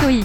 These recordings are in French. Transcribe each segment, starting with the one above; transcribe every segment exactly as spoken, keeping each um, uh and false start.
Stoïque.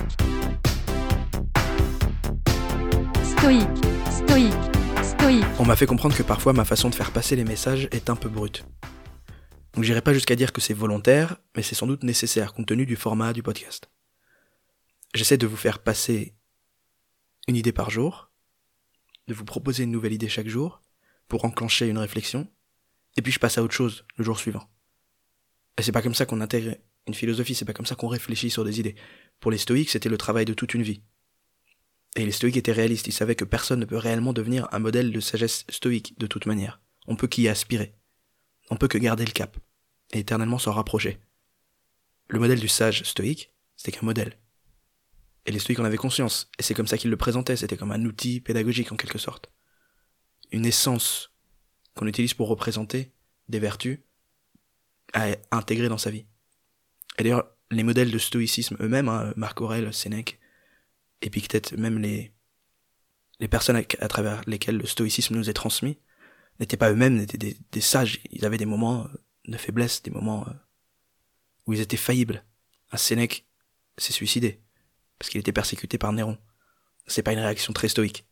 Stoïque. Stoïque. Stoïque. On m'a fait comprendre que parfois ma façon de faire passer les messages est un peu brute. Donc j'irai pas jusqu'à dire que c'est volontaire, mais c'est sans doute nécessaire compte tenu du format du podcast. J'essaie de vous faire passer une idée par jour, de vous proposer une nouvelle idée chaque jour, pour enclencher une réflexion, et puis je passe à autre chose le jour suivant. Et c'est pas comme ça qu'on intègre une philosophie, c'est pas comme ça qu'on réfléchit sur des idées. Pour les stoïques, c'était le travail de toute une vie. Et les stoïques étaient réalistes, ils savaient que personne ne peut réellement devenir un modèle de sagesse stoïque de toute manière. On peut qu'y aspirer. On peut que garder le cap, et éternellement s'en rapprocher. Le modèle du sage stoïque, c'était qu'un modèle. Et les stoïques en avaient conscience, et c'est comme ça qu'ils le présentaient, c'était comme un outil pédagogique en quelque sorte. Une essence qu'on utilise pour représenter des vertus à intégrer dans sa vie. Et d'ailleurs, les modèles de stoïcisme eux-mêmes, hein, Marc Aurèle, Sénèque, Épictète, même les, les personnes à, à travers lesquelles le stoïcisme nous est transmis, n'étaient pas eux-mêmes, n'étaient des, des sages. Ils avaient des moments de faiblesse, des moments où ils étaient faillibles. Un Sénèque s'est suicidé, parce qu'il était persécuté par Néron. C'est pas une réaction très stoïque.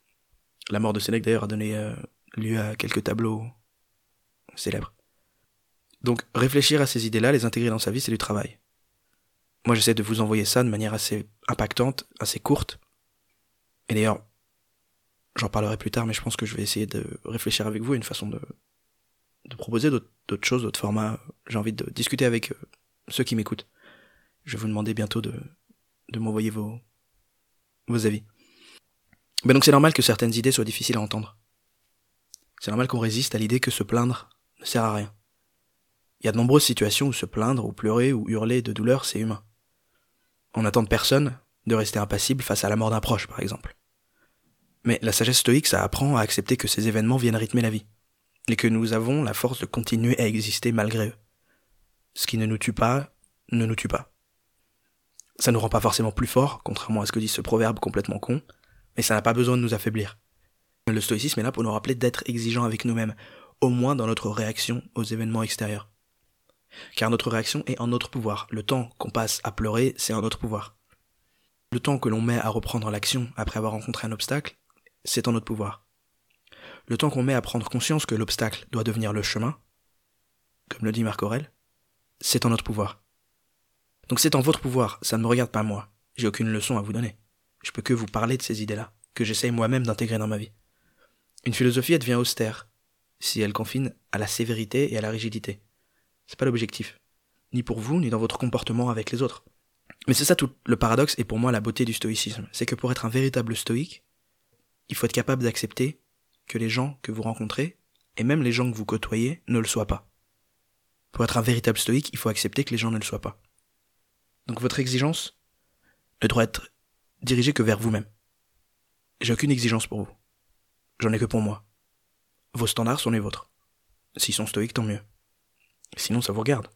La mort de Sénèque, d'ailleurs, a donné euh, lieu à quelques tableaux célèbres. Donc, réfléchir à ces idées-là, les intégrer dans sa vie, c'est du travail. Moi, j'essaie de vous envoyer ça de manière assez impactante, assez courte. Et d'ailleurs, j'en parlerai plus tard, mais je pense que je vais essayer de réfléchir avec vous à une façon de, de proposer d'autres, d'autres choses, d'autres formats. J'ai envie de discuter avec euh, ceux qui m'écoutent. Je vais vous demander bientôt de, de m'envoyer vos, vos avis. Ben donc c'est normal que certaines idées soient difficiles à entendre. C'est normal qu'on résiste à l'idée que se plaindre ne sert à rien. Il y a de nombreuses situations où se plaindre, ou pleurer, ou hurler de douleur, c'est humain. On n'attend de personne de rester impassible face à la mort d'un proche, par exemple. Mais la sagesse stoïque, ça apprend à accepter que ces événements viennent rythmer la vie, et que nous avons la force de continuer à exister malgré eux. Ce qui ne nous tue pas, ne nous tue pas. Ça nous rend pas forcément plus forts, contrairement à ce que dit ce proverbe complètement con, mais ça n'a pas besoin de nous affaiblir. Le stoïcisme est là pour nous rappeler d'être exigeants avec nous-mêmes, au moins dans notre réaction aux événements extérieurs. Car notre réaction est en notre pouvoir. Le temps qu'on passe à pleurer, c'est en notre pouvoir. Le temps que l'on met à reprendre l'action après avoir rencontré un obstacle, c'est en notre pouvoir. Le temps qu'on met à prendre conscience que l'obstacle doit devenir le chemin, comme le dit Marc Aurèle, c'est en notre pouvoir. Donc c'est en votre pouvoir, ça ne me regarde pas moi. J'ai aucune leçon à vous donner. Je peux que vous parler de ces idées-là, que j'essaye moi-même d'intégrer dans ma vie. Une philosophie, elle devient austère, si elle confine à la sévérité et à la rigidité. C'est pas l'objectif. Ni pour vous, ni dans votre comportement avec les autres. Mais c'est ça tout le paradoxe et pour moi la beauté du stoïcisme. C'est que pour être un véritable stoïque, il faut être capable d'accepter que les gens que vous rencontrez, et même les gens que vous côtoyez, ne le soient pas. Pour être un véritable stoïque, il faut accepter que les gens ne le soient pas. Donc votre exigence ne doit être dirigée que vers vous-même. J'ai aucune exigence pour vous. J'en ai que pour moi. Vos standards sont les vôtres. S'ils sont stoïques, tant mieux. Sinon, ça vous regarde.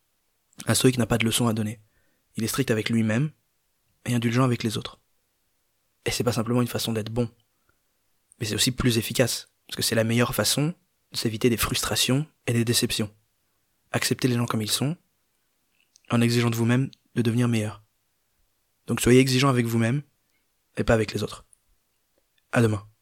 Un stoïque n'a pas de leçon à donner. Il est strict avec lui-même et indulgent avec les autres. Et c'est pas simplement une façon d'être bon, mais c'est aussi plus efficace, parce que c'est la meilleure façon de s'éviter des frustrations et des déceptions. Acceptez les gens comme ils sont, en exigeant de vous-même de devenir meilleur. Donc soyez exigeant avec vous-même, et pas avec les autres. À demain.